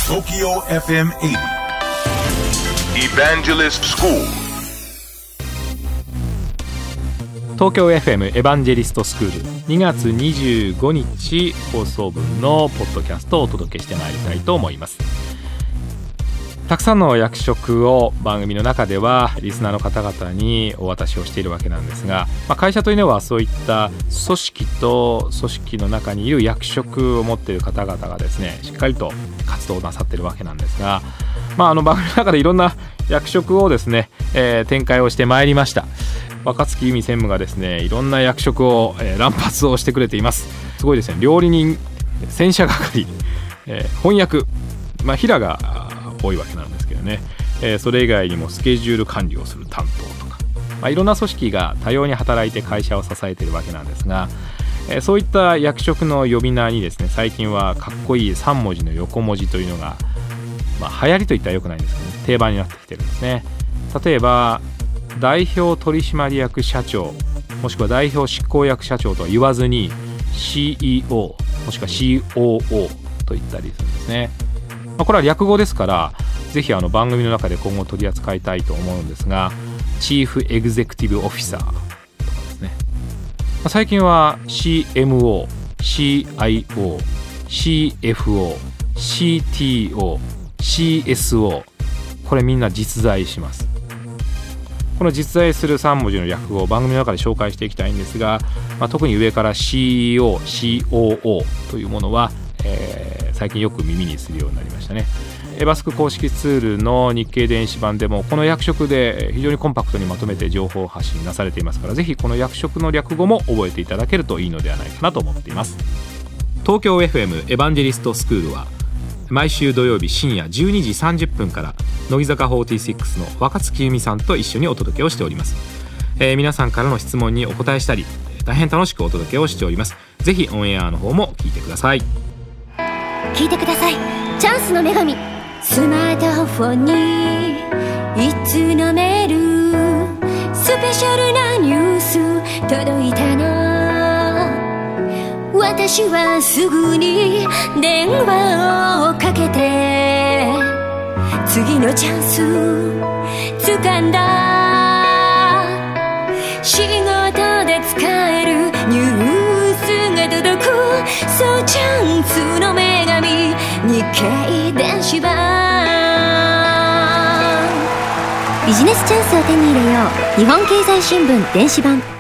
TOKYO FM 80 Evangelist School。 東京 FM エヴァンジェリストスクール2月25日放送分のポッドキャストをお届けしてまいりたいと思います。たくさんの役職を番組の中ではリスナーの方々にお渡しをしているわけなんですが、会社というのはそういった組織と組織の中にいる役職を持っている方々がですね、しっかりと活動をなさっているわけなんですが、番組の中でいろんな役職をですね、展開をしてまいりました。若月由美専務がですね、いろんな役職を、乱発をしてくれています。すごいですね。料理人、洗車係、翻訳、平が多いわけなんですけどね、それ以外にもスケジュール管理をする担当とか、いろんな組織が多様に働いて会社を支えているわけなんですが、そういった役職の呼び名にですね、最近はかっこいい3文字の横文字というのが、流行りといったらよくないんですけど、定番になってきてるんですね。例えば代表取締役社長、もしくは代表執行役社長とは言わずに CEO もしくは COO と言ったりするんですね。これは略語ですから、ぜひ番組の中で今後取り扱いたいと思うんですが、チーフエグゼクティブオフィサーとかですね、最近は CMO、CIO、CFO、CTO、CSO、 これみんな実在します。この実在する3文字の略語を番組の中で紹介していきたいんですが、特に上から CEO、COO というものは、最近よく耳にするようになりましたね。エバスク公式ツールの日経電子版でもこの役職で非常にコンパクトにまとめて情報発信なされていますから、ぜひこの役職の略語も覚えていただけるといいのではないかなと思っています。東京 FM エヴァンジェリストスクールは毎週土曜日深夜12時30分から乃木坂46の若月由美さんと一緒にお届けをしております。皆さんからの質問にお答えしたり、大変楽しくお届けをしております。ぜひオンエアの方も聞いてください。 聞いてください。チャンスの女神。スマートフォンにいつのメール、スペシャルなニュース届いたの。私はすぐに電話をかけて次のチャンス掴んだ。仕事で使えるニュースが届く、そうチャンスの女神、日経電子版。ビジネスチャンスを手に入れよう、日本経済新聞電子版。